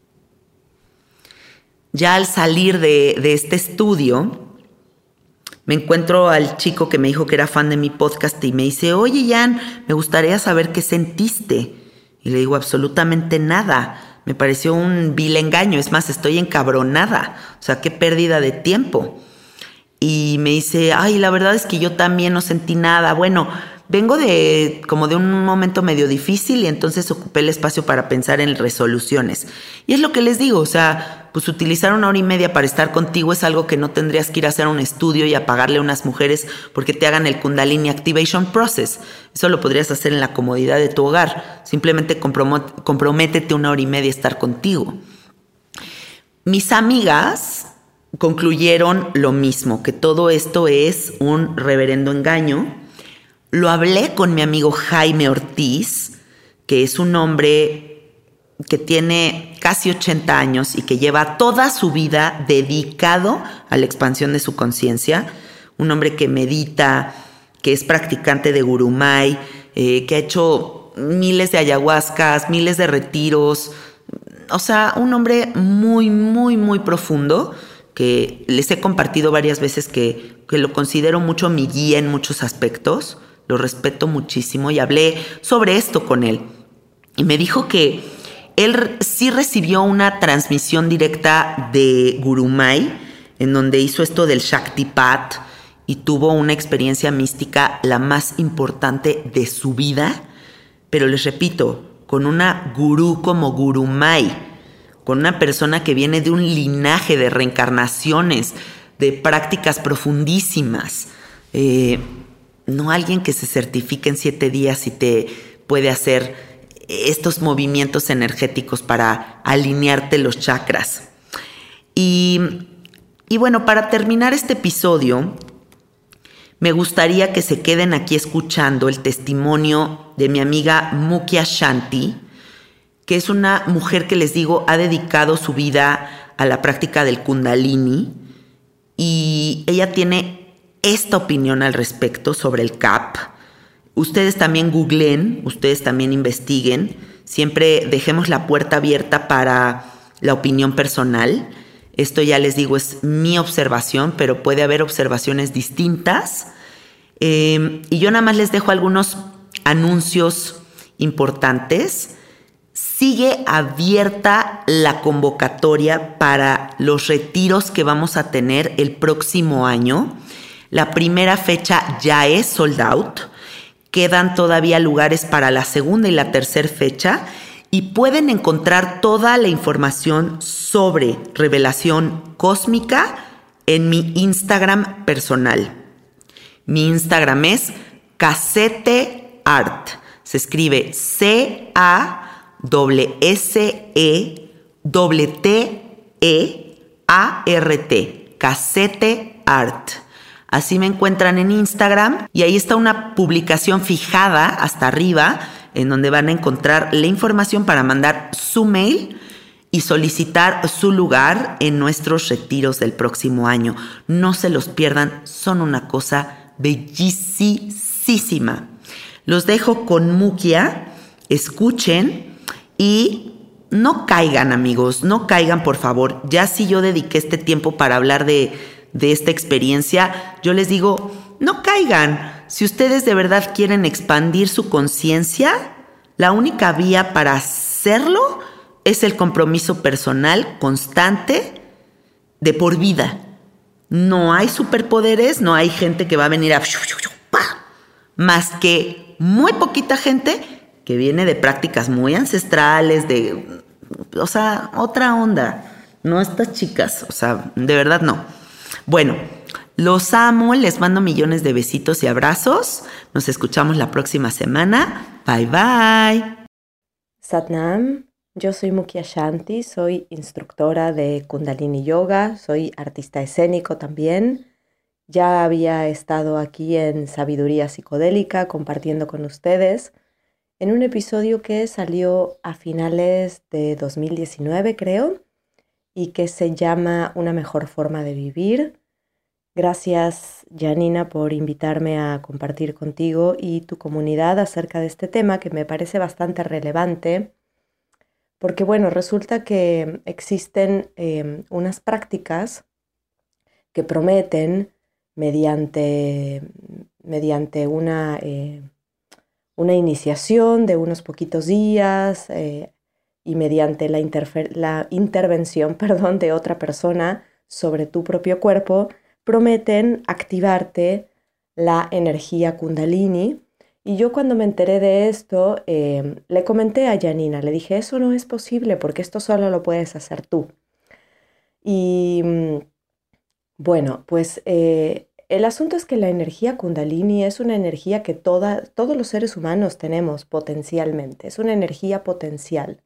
Ya al salir de, de este estudio, me encuentro al chico que me dijo que era fan de mi podcast y me dice, oye Jan, me gustaría saber qué sentiste. Y le digo, absolutamente nada. me pareció un vil engaño. Es más, estoy encabronada. O sea, qué pérdida de tiempo. Y me dice, ay, la verdad es que yo también no sentí nada. Bueno, vengo de como de un momento medio difícil y entonces ocupé el espacio para pensar en resoluciones. Y es lo que les digo, o sea, pues utilizar una hora y media para estar contigo es algo que no tendrías que ir a hacer un estudio y a pagarle a unas mujeres porque te hagan el Kundalini Activation Process. Eso lo podrías hacer en la comodidad de tu hogar. Simplemente comprométete una hora y media a estar contigo. Mis amigas concluyeron lo mismo, que todo esto es un reverendo engaño. Lo hablé con mi amigo Jaime Ortiz, que es un hombre que tiene casi ochenta años y que lleva toda su vida dedicado a la expansión de su conciencia. Un hombre que medita, que es practicante de Gurumay, eh, que ha hecho miles de ayahuascas, miles de retiros. O sea, un hombre muy, muy, muy profundo, que les he compartido varias veces que, que lo considero mucho mi guía en muchos aspectos. Lo respeto muchísimo y hablé sobre esto con él. Y me dijo que él sí recibió una transmisión directa de Gurumay, en donde hizo esto del Shaktipat y tuvo una experiencia mística la más importante de su vida. Pero les repito, con una gurú como Gurumay, con una persona que viene de un linaje de reencarnaciones, de prácticas profundísimas. Eh... No alguien que se certifique en siete días y te puede hacer estos movimientos energéticos para alinearte los chakras. Y, y bueno, para terminar este episodio, me gustaría que se queden aquí escuchando el testimonio de mi amiga Mukia Shanti, que es una mujer que les digo ha dedicado su vida a la práctica del Kundalini y ella tiene esta opinión al respecto sobre el C A P. Ustedes también googleen, ustedes también investiguen. Siempre dejemos la puerta abierta para la opinión personal. Esto ya les digo es mi observación, pero puede haber observaciones distintas. Eh, y yo nada más les dejo algunos anuncios importantes. Sigue abierta la convocatoria para los retiros que vamos a tener el próximo año. La primera fecha ya es sold out. Quedan todavía lugares para la segunda y la tercera fecha y pueden encontrar toda la información sobre revelación cósmica en mi Instagram personal. Mi Instagram es Casete Art. Se escribe C A S E T E A R T. Casete Art. Así me encuentran en Instagram y ahí está una publicación fijada hasta arriba en donde van a encontrar la información para mandar su mail y solicitar su lugar en nuestros retiros del próximo año. No se los pierdan, son una cosa bellísima. Los dejo con Mukia, escuchen y no caigan, amigos, no caigan, por favor. Ya si yo dediqué este tiempo para hablar de de esta experiencia, yo les digo, no caigan. Si ustedes de verdad quieren expandir su conciencia, la única vía para hacerlo es el compromiso personal constante de por vida. No hay superpoderes, no hay gente que va a venir a... más que muy poquita gente que viene de prácticas muy ancestrales, de... o sea, otra onda. No estas chicas, o sea, de verdad no. Bueno, los amo, les mando millones de besitos y abrazos. Nos escuchamos la próxima semana. Bye, bye. Satnam, yo soy Mukia Shanti, soy instructora de Kundalini Yoga, soy artista escénico también. Ya había estado aquí en Sabiduría Psicodélica compartiendo con ustedes en un episodio que salió a finales de dos mil diecinueve, creo, y que se llama Una mejor forma de vivir. Gracias, Janina, por invitarme a compartir contigo y tu comunidad acerca de este tema que me parece bastante relevante, porque bueno, resulta que existen eh, unas prácticas que prometen mediante, mediante una, eh, una iniciación de unos poquitos días, eh, y mediante la, interfer- la intervención perdón, de otra persona sobre tu propio cuerpo, prometen activarte la energía Kundalini. Y yo cuando me enteré de esto, eh, le comenté a Janina, le dije, eso no es posible porque esto solo lo puedes hacer tú. Y bueno, pues eh, el asunto es que la energía Kundalini es una energía que toda, todos los seres humanos tenemos potencialmente, es una energía potencial.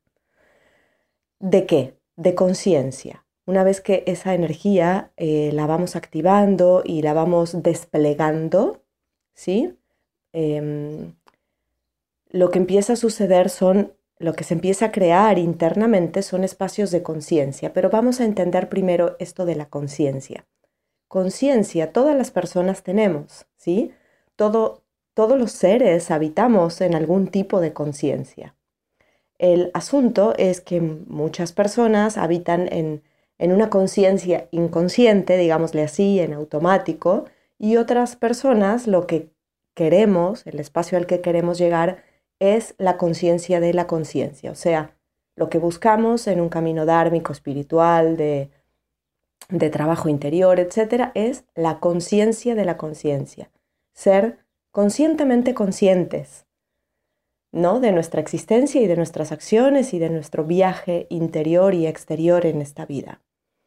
¿De qué? De conciencia. Una vez que esa energía eh, la vamos activando y la vamos desplegando, ¿sí? Eh, lo que empieza a suceder son, lo que se empieza a crear internamente son espacios de conciencia, pero vamos a entender primero esto de la conciencia. Conciencia, todas las personas tenemos, ¿sí? Todo, todos los seres habitamos en algún tipo de conciencia. El asunto es que muchas personas habitan en, en una conciencia inconsciente, digámosle así, en automático, y otras personas lo que queremos, el espacio al que queremos llegar, es la conciencia de la conciencia. O sea, lo que buscamos en un camino dármico, espiritual, de, de trabajo interior, etcétera, es la conciencia de la conciencia. Ser conscientemente conscientes, ¿no? De nuestra existencia y de nuestras acciones y de nuestro viaje interior y exterior en esta vida.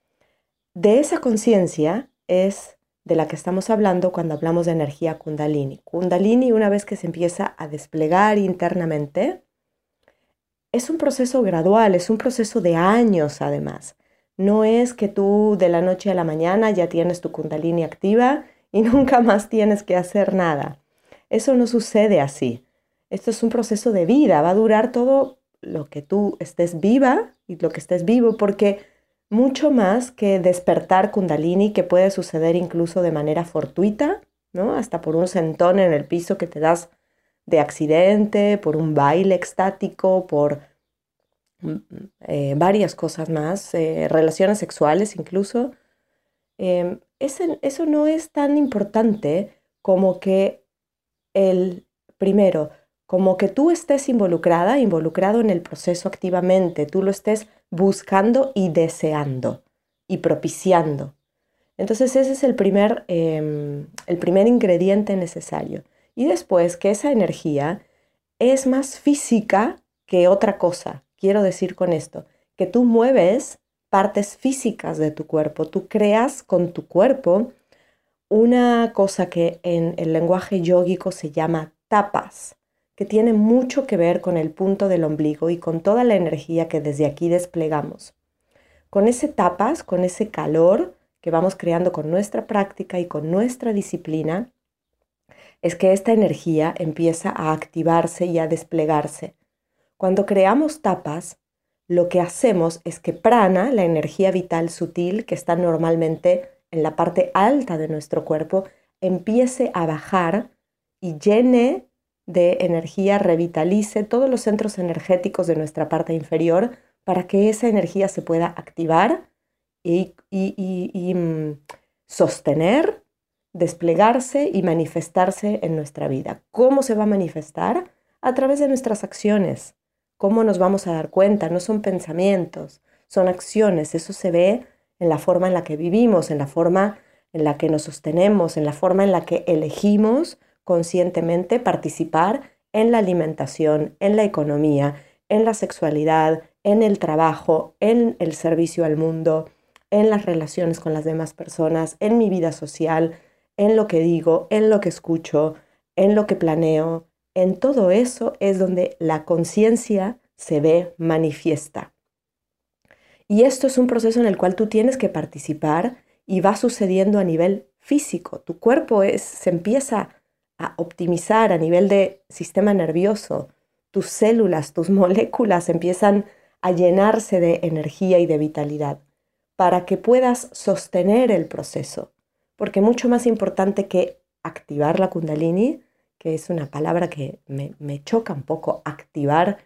De esa conciencia es de la que estamos hablando cuando hablamos de energía Kundalini. Kundalini, una vez que se empieza a desplegar internamente, es un proceso gradual, es un proceso de años además. No es que tú de la noche a la mañana ya tienes tu Kundalini activa y nunca más tienes que hacer nada. Eso no sucede así. Esto es un proceso de vida, va a durar todo lo que tú estés viva y lo que estés vivo, porque mucho más que despertar Kundalini, que puede suceder incluso de manera fortuita, ¿no? Hasta por un sentón en el piso que te das de accidente, por un baile extático, por eh, varias cosas más, eh, relaciones sexuales incluso. Eh, ese, eso no es tan importante como que el primero, como que tú estés involucrada, involucrado en el proceso activamente, tú lo estés buscando y deseando y propiciando. Entonces ese es el primer, eh, el primer ingrediente necesario. Y después que esa energía es más física que otra cosa. Quiero decir con esto, que tú mueves partes físicas de tu cuerpo, tú creas con tu cuerpo una cosa que en el lenguaje yógico se llama tapas, que tiene mucho que ver con el punto del ombligo y con toda la energía que desde aquí desplegamos. Con ese tapas, con ese calor que vamos creando con nuestra práctica y con nuestra disciplina, es que esta energía empieza a activarse y a desplegarse. Cuando creamos tapas, lo que hacemos es que prana, la energía vital sutil que está normalmente en la parte alta de nuestro cuerpo, empiece a bajar y llene de energía, revitalice todos los centros energéticos de nuestra parte inferior para que esa energía se pueda activar y, y, y, y mm, sostener, desplegarse y manifestarse en nuestra vida. ¿Cómo se va a manifestar? A través de nuestras acciones. ¿Cómo nos vamos a dar cuenta? No son pensamientos, son acciones. Eso se ve en la forma en la que vivimos, en la forma en la que nos sostenemos, en la forma en la que elegimos conscientemente participar en la alimentación, en la economía, en la sexualidad, en el trabajo, en el servicio al mundo, en las relaciones con las demás personas, en mi vida social, en lo que digo, en lo que escucho, en lo que planeo. En todo eso es donde la conciencia se ve manifiesta. Y esto es un proceso en el cual tú tienes que participar y va sucediendo a nivel físico. Tu cuerpo es, se empieza a optimizar a nivel de sistema nervioso. Tus células, tus moléculas empiezan a llenarse de energía y de vitalidad para que puedas sostener el proceso. Porque mucho más importante que activar la Kundalini, que es una palabra que me, me choca un poco, activar,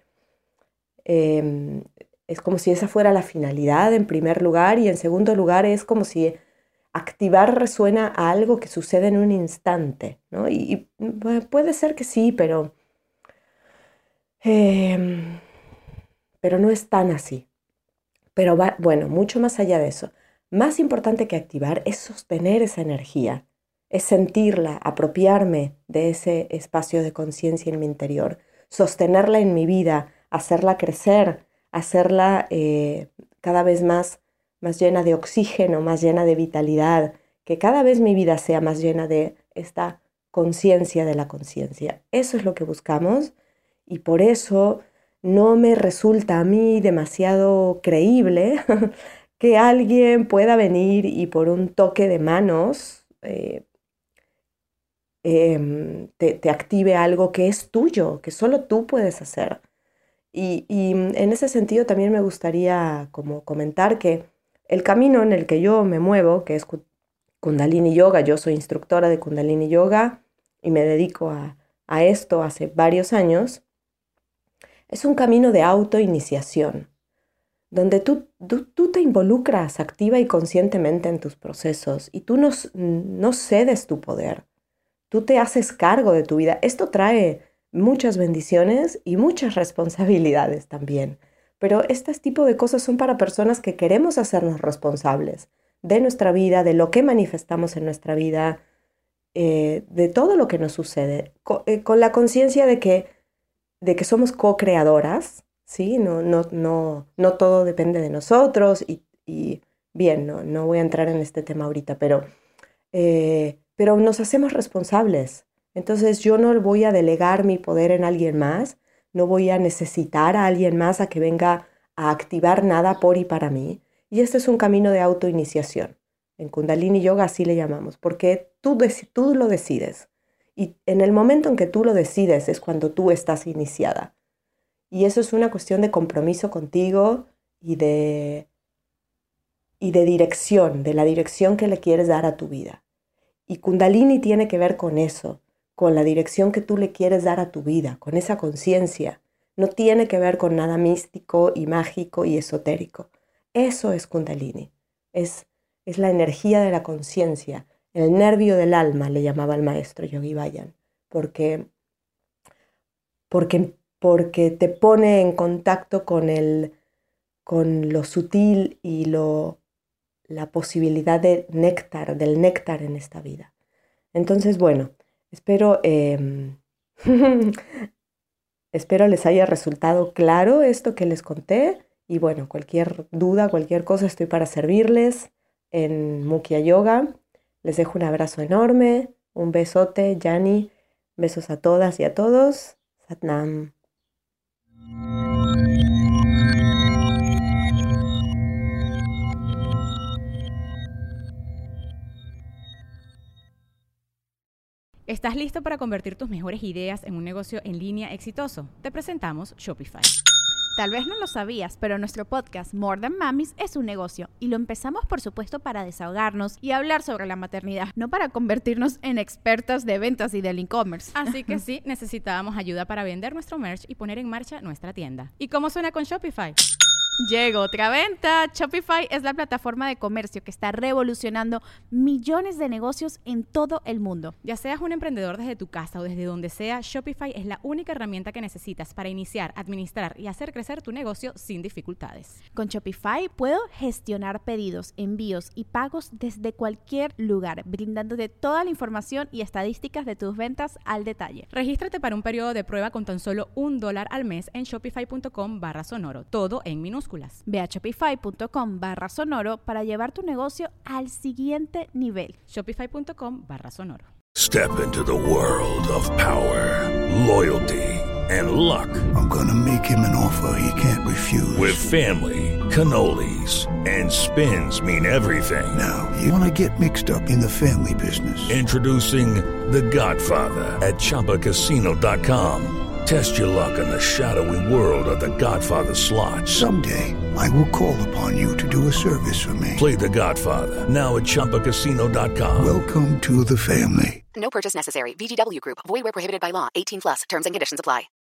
eh, es como si esa fuera la finalidad en primer lugar, y en segundo lugar es como si activar resuena a algo que sucede en un instante, ¿no? Y, y puede ser que sí, pero eh, pero no es tan así. Pero va, bueno, mucho más allá de eso. Más importante que activar es sostener esa energía, es sentirla, apropiarme de ese espacio de conciencia en mi interior, sostenerla en mi vida, hacerla crecer, hacerla eh, cada vez más, más llena de oxígeno, más llena de vitalidad, que cada vez mi vida sea más llena de esta conciencia de la conciencia. Eso es lo que buscamos y por eso no me resulta a mí demasiado creíble que alguien pueda venir y por un toque de manos eh, eh, te, te active algo que es tuyo, que solo tú puedes hacer. Y, y en ese sentido también me gustaría como comentar que el camino en el que yo me muevo, que es Kundalini Yoga, yo soy instructora de Kundalini Yoga y me dedico a, a esto hace varios años, es un camino de autoiniciación, donde tú, tú, tú te involucras activa y conscientemente en tus procesos y tú no, no cedes tu poder, tú te haces cargo de tu vida. Esto trae muchas bendiciones y muchas responsabilidades también, pero este tipo de cosas son para personas que queremos hacernos responsables de nuestra vida, de lo que manifestamos en nuestra vida, eh, de todo lo que nos sucede, con, eh, con la conciencia de que, de que somos co-creadoras, ¿sí? No, no, no, no todo depende de nosotros y, y bien, no, no voy a entrar en este tema ahorita, pero, eh, pero nos hacemos responsables. Entonces yo no voy a delegar mi poder en alguien más, no voy a necesitar a alguien más a que venga a activar nada por y para mí. Y este es un camino de autoiniciación. En Kundalini Yoga así le llamamos, porque tú, tú lo decides. Y en el momento en que tú lo decides es cuando tú estás iniciada. Y eso es una cuestión de compromiso contigo y de, y de dirección, de la dirección que le quieres dar a tu vida. Y Kundalini tiene que ver con eso, con la dirección que tú le quieres dar a tu vida, con esa conciencia. No tiene que ver con nada místico y mágico y esotérico. Eso es Kundalini. Es, es la energía de la conciencia, el nervio del alma, le llamaba el maestro Yogi Bhajan, porque, porque, porque te pone en contacto con, el, con lo sutil y lo, la posibilidad de néctar, del néctar en esta vida. Entonces, bueno, espero, eh, espero les haya resultado claro esto que les conté. Y bueno, cualquier duda, cualquier cosa, estoy para servirles en Mukya Yoga. Les dejo un abrazo enorme, un besote, Yani, besos a todas y a todos. Satnam. ¿Estás listo para convertir tus mejores ideas en un negocio en línea exitoso? Te presentamos Shopify. Tal vez no lo sabías, pero nuestro podcast More Than Mamis es un negocio y lo empezamos por supuesto para desahogarnos y hablar sobre la maternidad, no para convertirnos en expertas de ventas y del e-commerce. Así que sí, necesitábamos ayuda para vender nuestro merch y poner en marcha nuestra tienda. ¿Y cómo suena con Shopify? Llegó otra venta. Shopify es la plataforma de comercio que está revolucionando millones de negocios en todo el mundo. Ya seas un emprendedor desde tu casa o desde donde sea, Shopify es la única herramienta que necesitas para iniciar, administrar y hacer crecer tu negocio sin dificultades. Con Shopify puedo gestionar pedidos, envíos y pagos desde cualquier lugar, brindándote toda la información y estadísticas de tus ventas al detalle. Regístrate para un periodo de prueba con tan solo un dólar al mes en shopify.com barra sonoro, todo en minúsculas. Ve a shopify.com barra sonoro para llevar tu negocio al siguiente nivel. Shopify.com barra sonoro. Step into the world of power, loyalty, and luck. I'm gonna make him an offer he can't refuse. With family, cannolis, and spins mean everything. Now, you wanna get mixed up in the family business. Introducing The Godfather at Chumba Casino dot com. Test your luck in the shadowy world of The Godfather slot. Someday, I will call upon you to do a service for me. Play The Godfather, now at Chumba Casino dot com. Welcome to the family. No purchase necessary. V G W Group. Void where prohibited by law. eighteen plus. Terms and conditions apply.